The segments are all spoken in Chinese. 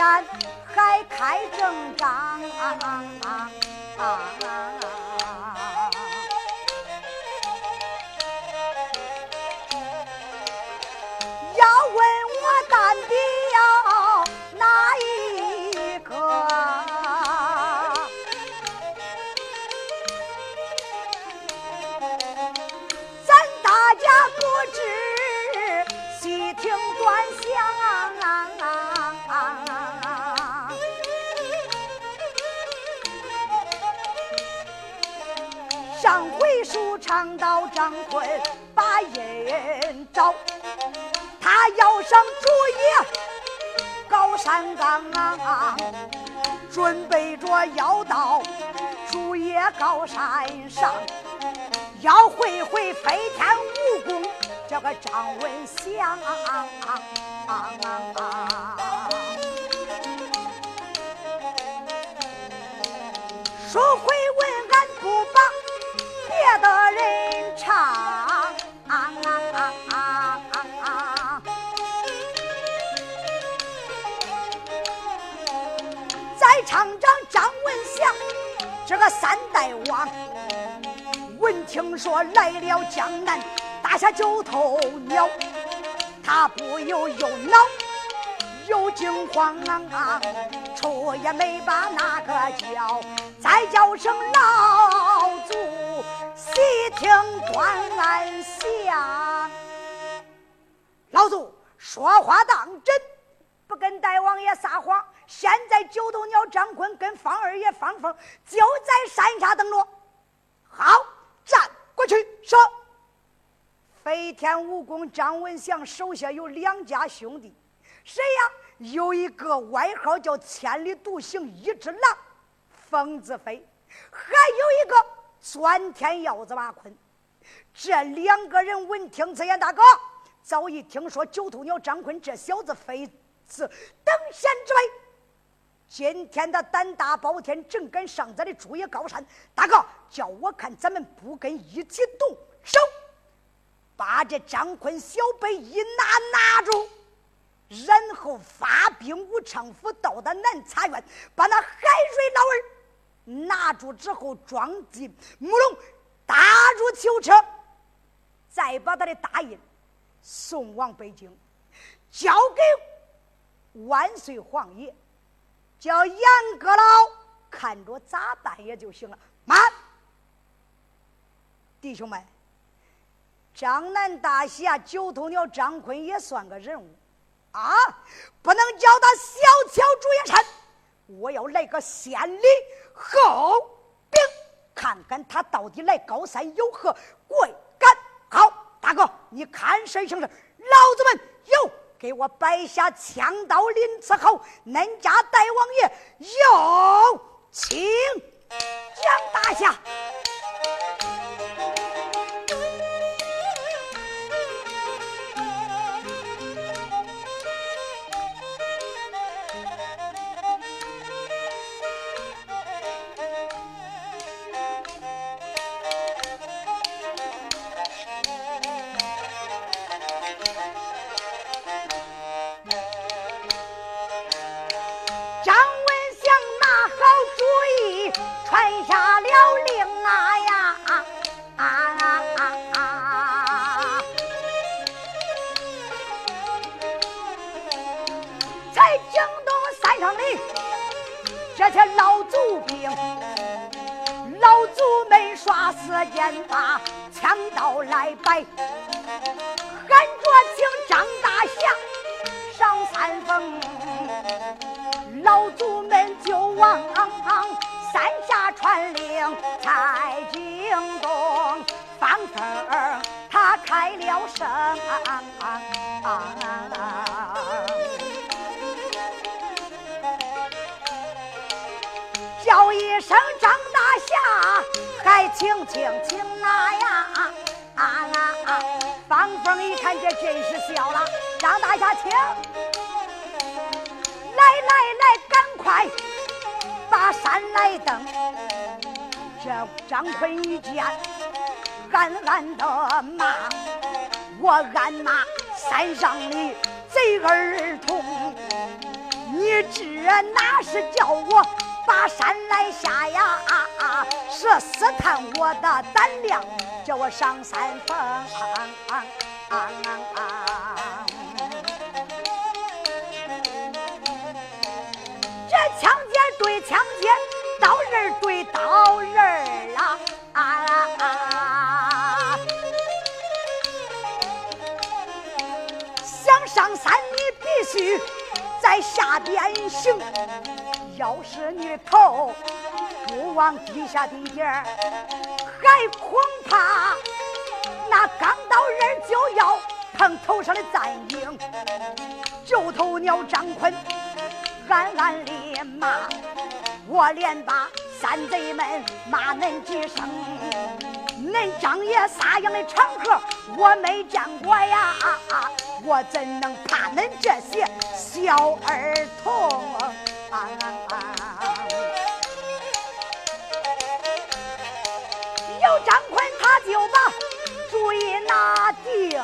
战还开正仗。要问我单比要哪一个？咱大家不知细听端详。上回书唱到张坤把人找，他要上主野高山岗，准备着要到主野高山上，要会会飞天武功这个张文祥。说回问俺不把别的人唱，再唱张张文祥这个三代王，闻听说来了江南打下九头鸟，他不由又恼又惊慌，出也没把那个叫，再叫声老祖细听端详。老祖说话当真，不跟大王爷撒谎。现在九头鸟张坤跟方二爷方凤就在山下等着。好，站过去。说飞天武功张文祥手下有2家兄弟，谁呀？有一个外号叫千里独行一只狼冯子飞，还有一个钻天鹞子马坤。这2个人闻听此言，大哥早已听说九头鸟张坤这小子非是等闲之辈，今天的胆大包天，正敢上咱的主野高山。大哥叫我看咱们不跟一起动手，把这张坤小辈一拿住，然后发兵武昌府到达南茶园，把那海水老儿拿住之后装进木笼，打入囚车，再把他的大印送往北京，交给万岁皇爷，叫严阁老看着咋办也就行了。慢，弟兄们，张南大侠九头鸟张坤也算个人物啊，不能叫他小瞧主野山，我要来个先礼后兵，看看他到底来高山有何贵干。好，大哥你看谁行事，老子们有给我摆下枪刀临伺候，恁家大王爷有请江大侠。这些老祖兵，老祖们耍时间把枪刀来摆，喊着请张大侠上三峰，老祖们就往山下传令蔡京东，方凤儿他开了声叫一声张大侠，还请方凤一看这真是笑了，张大侠请，来，赶快把山来登。这张坤一见，暗的骂，我暗骂山上的贼儿童， 你这哪是叫我把山来下呀？是试探我的胆量，叫我上山峰。这枪尖对枪尖，刀刃对刀刃想上山你必须在下边行，要是你头不往地下地点，还恐怕那钢刀人就要碰头上的战鹰。九头鸟张坤暗暗里骂，我连把山贼们骂恁几声。恁张爷撒样的场合我没见过呀，我怎能怕恁这些小儿童？有张坤他就把主意拿定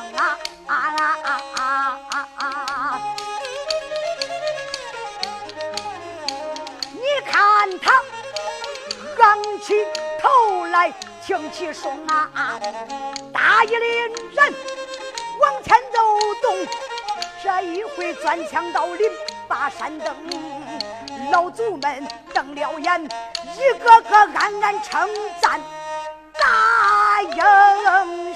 你看他昂起头来挺起胸大一领人往前走动，这一回钻墙倒林把山登，老祖们瞪了眼，一个个暗暗称赞大英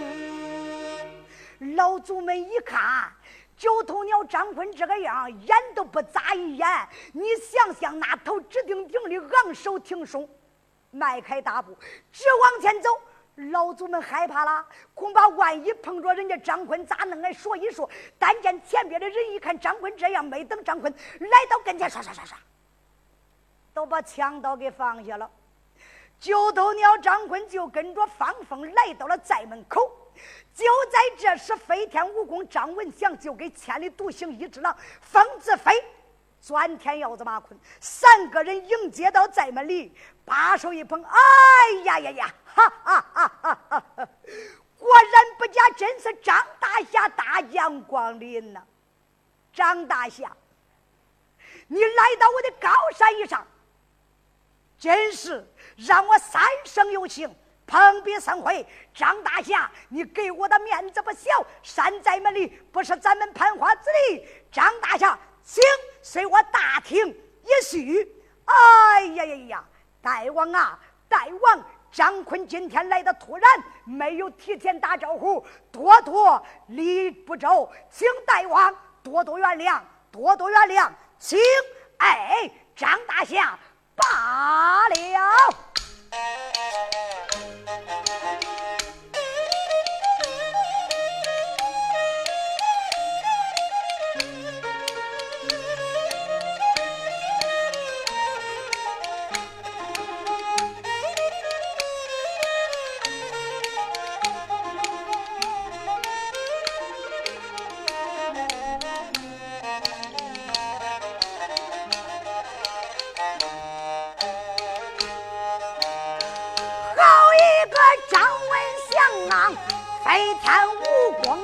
雄。老祖们一看九头鸟张坤这个样，眼都不眨一眼，你想想那头直挺挺的昂首挺胸，迈开大步直往前走。老祖们害怕了，恐怕万一碰着人家张坤咋弄？说一说，但见前边的人一看张坤这样，没等张坤来到跟前，唰唰唰唰，都把枪刀给放下了。九头鸟张坤就跟着方锋来到了寨门口。就在这时，飞天蜈蚣张文祥就给千里独行一只狼风子飞钻天鹞子马坤三个人迎接到寨门里，把手一捧，哎呀呀呀，哈哈哈哈哈哈！果然不假，真是张大侠大将光临呐！张大侠，你来到我的高山以上，真是让我三生有幸，碰壁三回。张大侠，你给我的面子不小，山寨门里不是咱们攀花之地。张大侠，请随我大厅一叙。哎呀呀呀，大王啊，大王！张坤今天来的突然，没有提前打招呼，多多礼不周，请大王多多原谅，多多原谅，请哎，张大侠罢了。飞天蜈蚣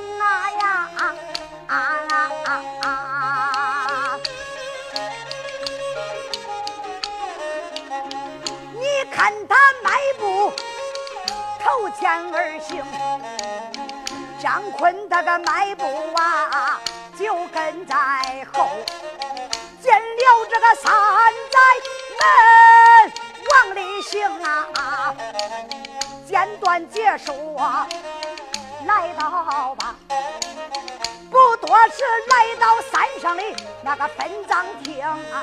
你看他迈步头前而行，张坤他个迈步就跟在后，见了这个山寨门往里行简短结束来到吧，不多时来到山上的那个分赃厅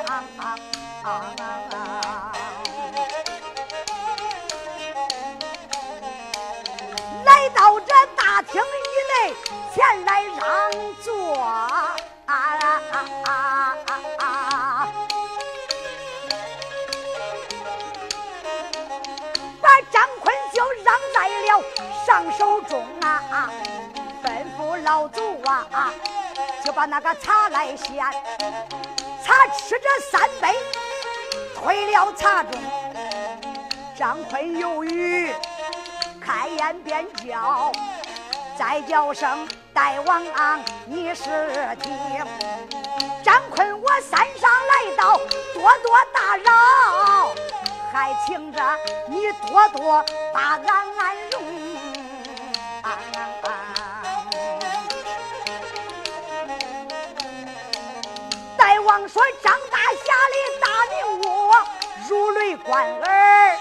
来到这大厅以内前来让座把张坤就让在了上手中吩咐老祖就把那个茶来献，茶吃着三杯，推了茶盅。张坤犹豫，开言便叫，再叫声大王你是听，张坤我山上来到，多多打扰，还请着你多多把俺容。大王说张大侠的大名我如雷贯耳，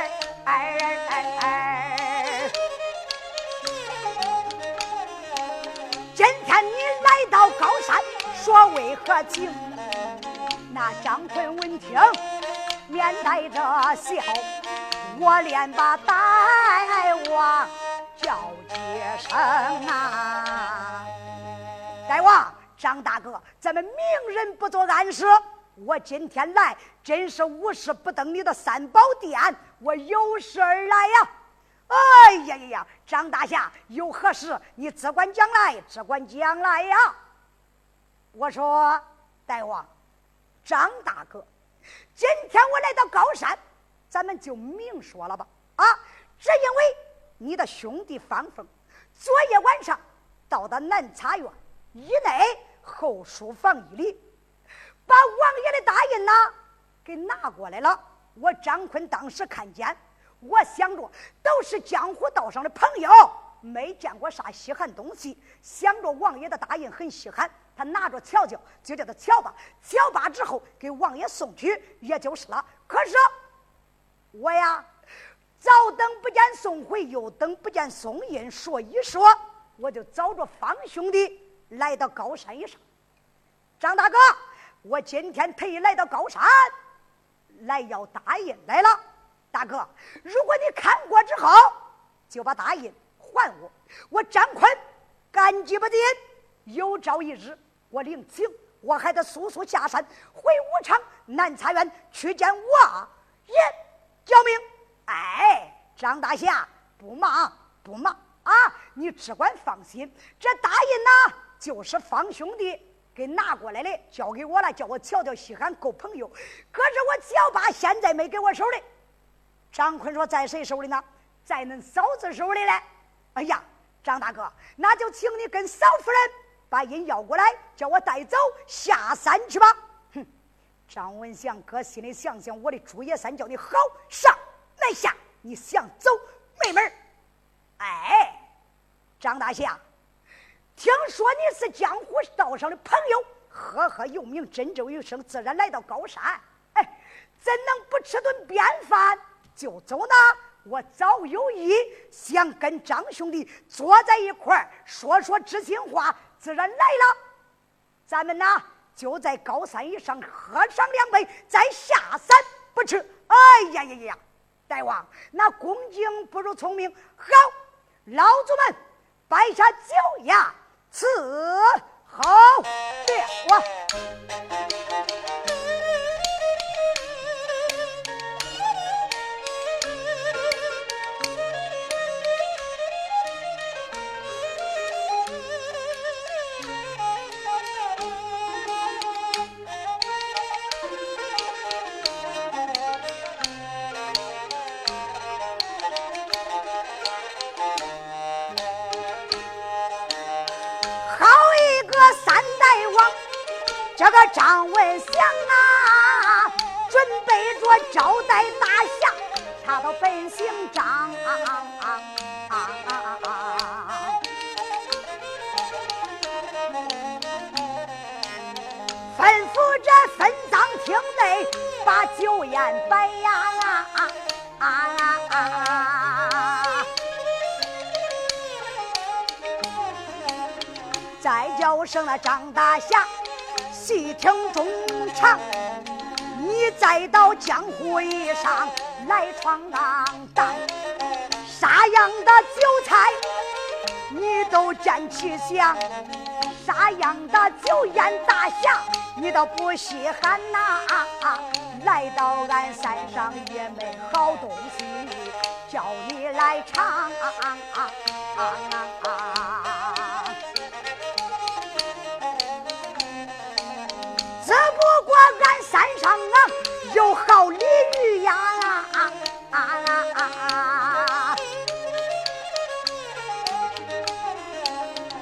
今天你来到高山，说为何情？那张坤闻听，面带着笑，我连把大王叫几声啊！大王，张大哥，咱们明人不做暗事，我今天来真是无事不登你的三宝殿，我有事而来呀！哎呀呀呀，张大侠有何事？你只管讲来，只管讲来呀！我说大王，张大哥，今天我来到高山，咱们就明说了吧。啊，只因为你的兄弟方凤昨夜晚上到达南茶院以内后书房一里，把王爷的大印呐给拿过来了。我张坤当时看见，我想着都是江湖道上的朋友，没见过啥稀罕东西，想着王爷的大印很稀罕，他拿着瞧瞧，就叫他瞧吧，瞧罢之后给王爷送去，也就是了。可是我呀，早等不见送回，又等不见送印，说一说，我就找着方兄弟来到高山以上。张大哥，我今天特意来到高山来要大印来了。大哥，如果你看过之后就把大印还我，我张坤感激不尽。有朝一日我领情，我还得速速下山回武昌南茶园去见我爷救命。哎，张大侠，不忙不忙啊，你只管放心，这大印呢就是方兄弟给拿过来的，交给我了，叫我瞧瞧稀罕够朋友。可是我瞧罢现在没给我手里。张坤说在谁手里呢？在恁嫂子手里嘞。哎呀，张大哥，那就请你跟嫂夫人把印要过来，叫我带走下山去吧。哼，张文祥哥心里想想，我的朱叶山叫你好上来下，你想走没门。哎，张大侠，听说你是江湖道上的朋友，赫赫有名，真正有声，自然来到高山。哎，怎能不吃顿便饭就走呢？我早有意想跟张兄弟坐在一块儿说说知心话，自然来了。咱们呢就在高山以上喝上2杯，再下山不迟。哎呀呀呀，大王，那恭敬不如聪明。好，老祖们摆下酒呀，伺候了我。这个张文祥啊，准备着招待大侠，他的本姓张，吩咐着分赃厅内把酒宴摆呀，再叫声了张大侠细听衷肠，你再到江湖以上来闯荡，啥样的酒菜你都沾其详，啥样的酒宴大侠你都不稀罕呐。来到俺山上也没好东西叫你来尝，只不过俺山上有好鲤鱼呀，老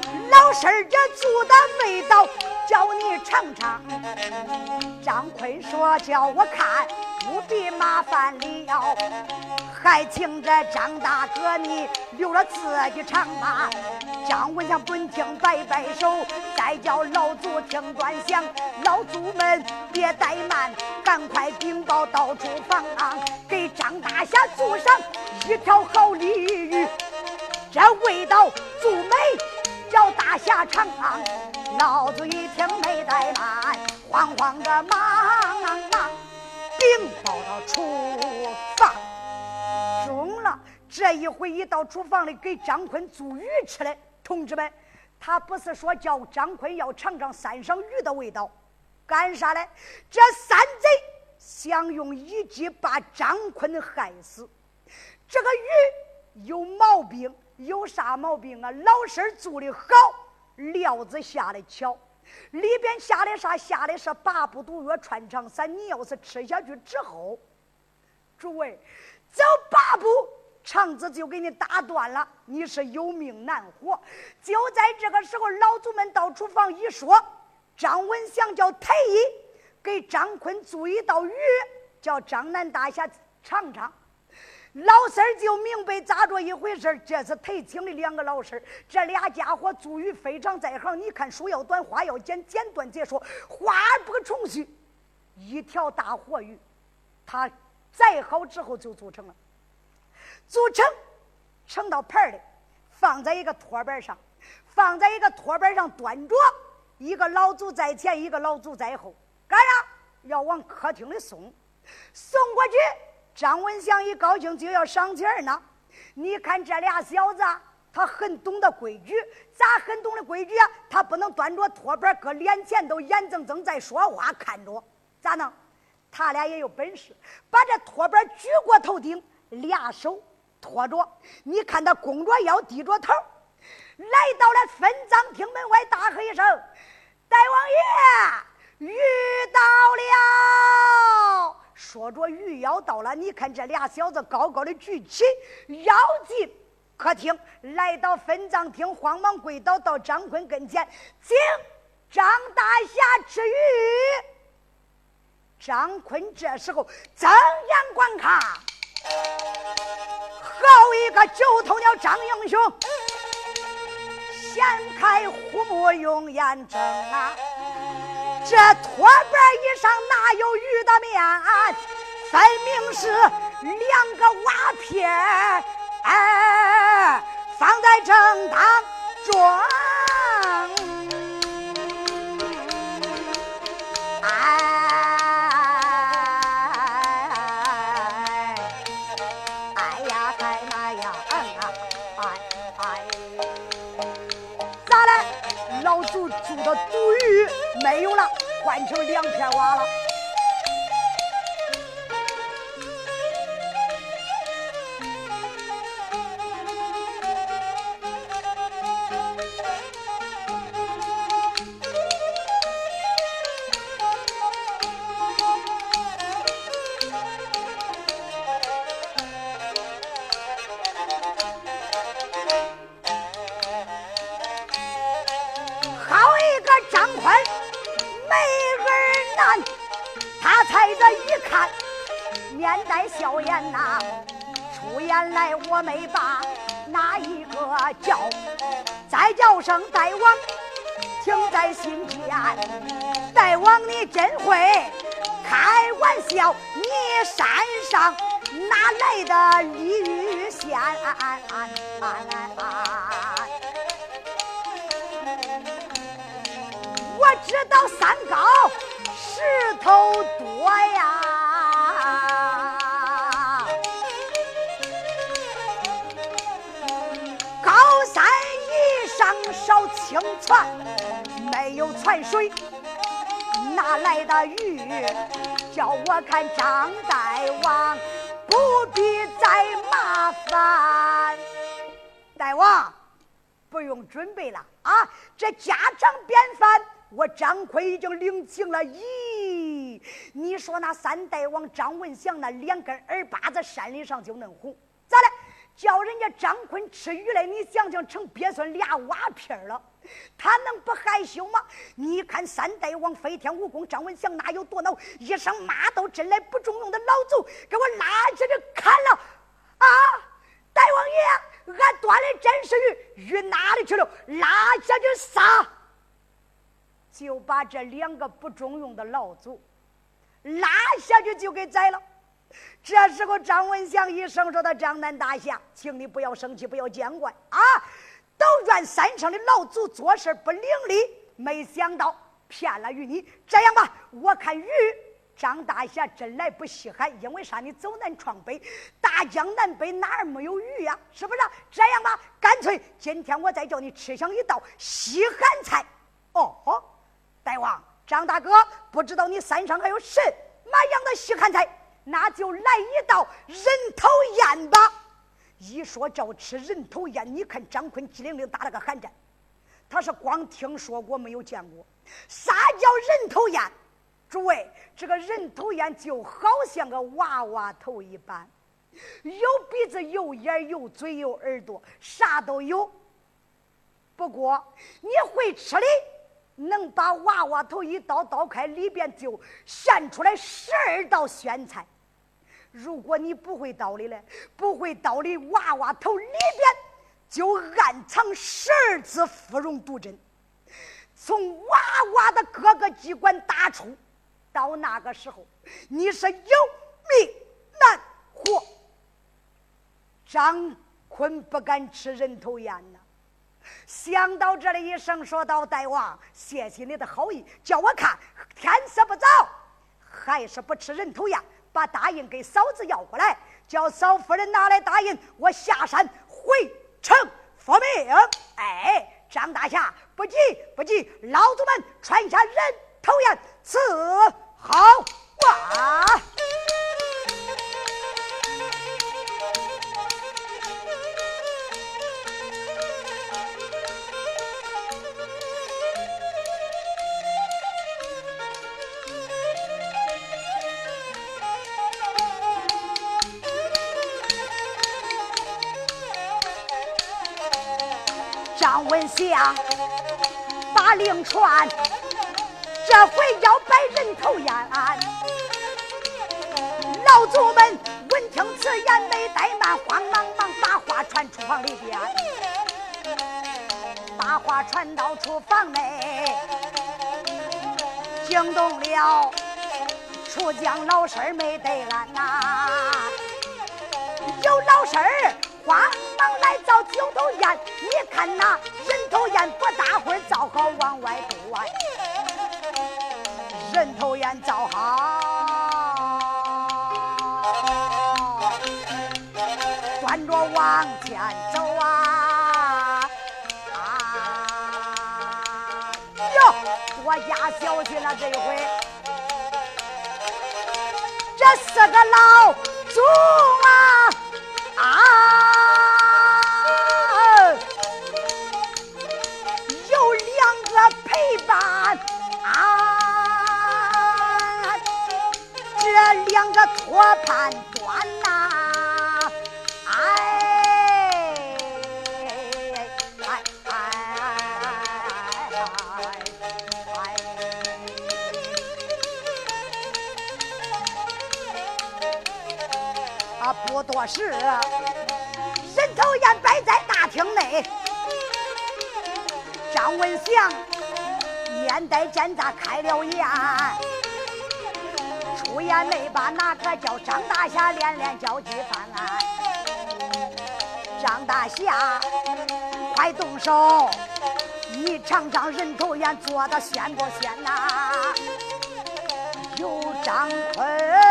老婶儿这做的味道叫你尝尝。张坤说叫我看不必麻烦了，还请这张大哥你留了自己尝吧。张文祥闻听摆摆手，再叫老祖听端详。老祖们别怠慢，赶快禀报到厨房，给张大侠做上一条好鲤鱼。这味道足美，叫大侠尝。老祖一听没怠慢，慌慌的忙禀报到厨房中了。这一回一到厨房里给张坤做鱼吃了。同志们，他不是说叫张坤要尝尝三生鱼的味道，干啥嘞？这三贼想用一计把张坤害死。这个鱼有毛病，有啥毛病啊？老婶做的好，料子下的巧，里边下的啥？下的是8步毒药穿肠散。你要是吃下去之后，诸位走8步，肠子就给你打断了，你是有命难活。就在这个时候，老祖们到厨房一说，张文祥叫太医给张坤做一道鱼，叫张南大侠尝尝。老婶儿就明白咋着一回事，这是忒请的2个老婶儿，这俩家伙做鱼非常在行。你看书要短，话要简，简短解说，话不可重叙。一条大活鱼，它宰好之后就做成了。做成盛到盘里，放在一个托板上，端着。一个老祖在前，一个老祖在后，干啥？要往客厅里送过去。张文祥一高兴就要上前呢。你看这俩小子，他很懂得规矩。咋很懂得规矩啊？他不能端着托板搁脸前都眼睁睁在说话看着，咋弄？他俩也有本事，把这托板举过头顶，俩手托着，你看他弓着腰低着头，来到了分赃厅门外，大喝一声：大王爷，鱼到了！说着鱼要到了，你看这俩小子高高的举起腰进客厅，来到分赃厅，慌忙跪倒到张坤跟前，请张大侠吃鱼。张坤这时候睁眼观看，好一个九头鸟张英雄，掀开虎目用眼睁啊！这托板以上哪有鱼的面？分明是2个瓦片，放在正当中。做的毒鱼没有了，换成2片瓦了。面带笑颜呐，出言来我没把哪一个叫，再叫声大王听在心间。大王你真会开玩笑，你山上哪来的鲤鱼仙？我知道三高石头多呀，高山以上少清泉，没有泉水哪来的鱼？叫我看张大王不必再麻烦。大王不用准备了啊，这家常便饭我张坤已经领情了。咦，你说那3代王张文祥那2根耳巴子山里上就能红，咋了？ 叫人家张坤吃鱼来，你想想成鳖孙俩瓦片了，他能不害羞吗？你看三代王飞天武功张文祥哪有多恼，一声骂道：“真来不中用的老祖，给我拉下去砍了！啊，大王爷，俺端来真是鱼，鱼哪里去了？拉下去杀！”就把这两个不中用的老祖拉下去就给宰了。这时候张文祥一声说道：“张南大侠，请你不要生气，不要见怪啊！都怨山上的老祖做事不伶俐，没想到骗了于你。这样吧，我看鱼张大侠真来不稀罕，因为啥？你走南闯北，大江南北哪儿没有鱼呀？是不是？这样吧，干脆今天我再叫你吃上一道稀罕菜。哦，大王张大哥，不知道你山上还有什么样的稀罕菜？那就来一道人头宴吧。”一说照吃人头宴，你看张坤机灵灵打了个寒战，他是光听说过没有见过。啥叫人头宴？诸位，这个人头宴就好像个娃娃头一般，有鼻子有眼有嘴有耳朵，啥都有。不过你会吃的，能把娃娃头一刀刀开，里边就现出来12道选菜。如果你不会道理嘞，不会道理，娃娃头里边就暗藏12支芙蓉毒针，从娃娃的各个机关打出。到那个时候，你是有命难活。张坤不敢吃人头宴呐。想到这里，一声说道：“大王，谢谢你的好意，叫我看天色不早，还是不吃人头宴。把大印给嫂子要过来，叫嫂夫人拿来大印，我下山回城复命。”哎，张大侠，不急不急，老祖们传下人头宴伺候啊！张文祥把令传，这回要摆人头宴。老祖们闻听此言没怠慢，慌忙忙把话传厨房里边，把话传到厨房内，惊动了楚江老师没得拦呐。有老师慌忙来造酒头宴，你看那人头宴不大会儿造好，往外对外人头宴造好，端着往前走哟，多加小心了，这一回这4个老祖有2个陪伴这2个托盘端呐，不多时，人头宴摆在大厅内，张文祥面带奸诈开了言，出言没把那个叫张大侠连交际犯。张大侠快动手，你尝尝人头宴做的鲜不鲜呐？有张坤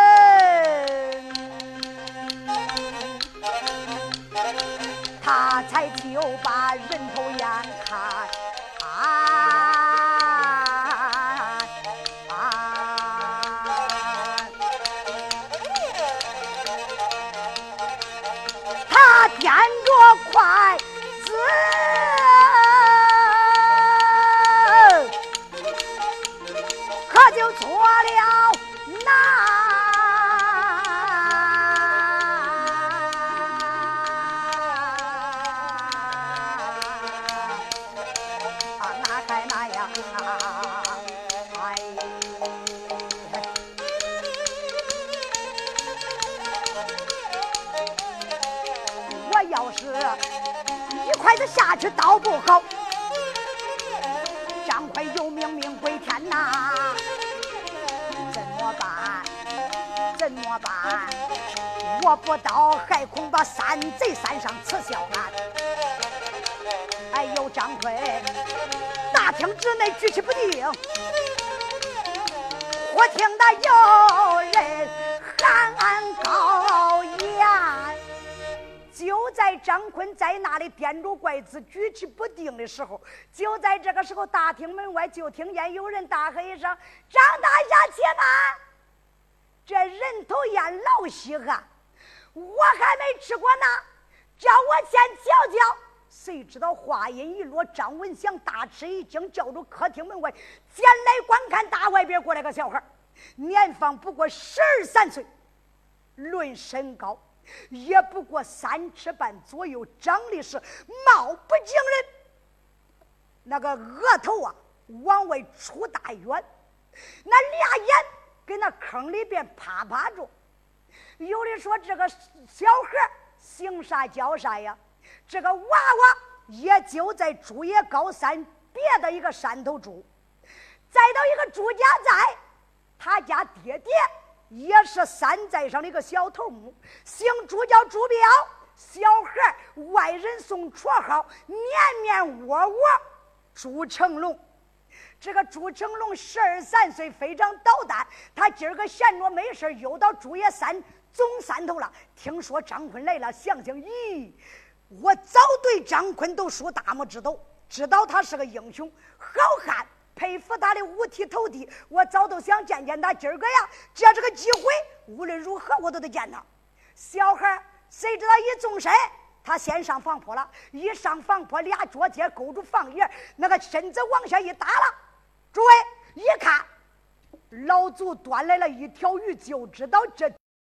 他才就把人头宴看他掂着筷子可就做了那是一筷子下去倒不好。张奎有命命归天呐，怎么办？怎么办？我不到，还恐把山贼山上耻笑俺。哎呦，张奎，大厅之内举棋不定，我听到有人喊俺高言。就在张坤在那里颠着拐子举棋不定的时候，就在这个时候，大厅门外就听见有人大喝一声：“张大侠且慢！这人头宴老稀罕，我还没吃过呢，叫我先瞧瞧。”谁知道话音一落，张文祥大吃一惊，叫住客厅门外前来观看。大外边过来个小孩，年方不过12、13岁，论身高也不过3尺半左右，长得是貌不惊人，那个额头啊往外出大圆，那俩眼跟那坑里边啪啪着。有的说这个小孩行啥叫啥呀，这个娃娃也就在朱爷高山别的一个山头住，再到一个朱家寨，他家爹爹也是山寨上的一个小头目，姓朱叫朱彪。小孩外人送绰号面面窝窝朱成龙。这个朱成龙12、13岁，非常捣蛋。他今儿个闲着没事又到朱爷山总山头了，听说张坤来了，想想，咦，我早对张坤都竖大拇指头，知道他是个英雄好汉，佩服他的五体投地，我早都想见见他。今儿个呀，借这个机会，无论如何我都得见他。小孩谁知道一纵身，他先上房坡了，一上房坡，俩脚尖勾住房檐，那个身子往下一打了。诸位一看，老祖端来了一条鱼，就知道这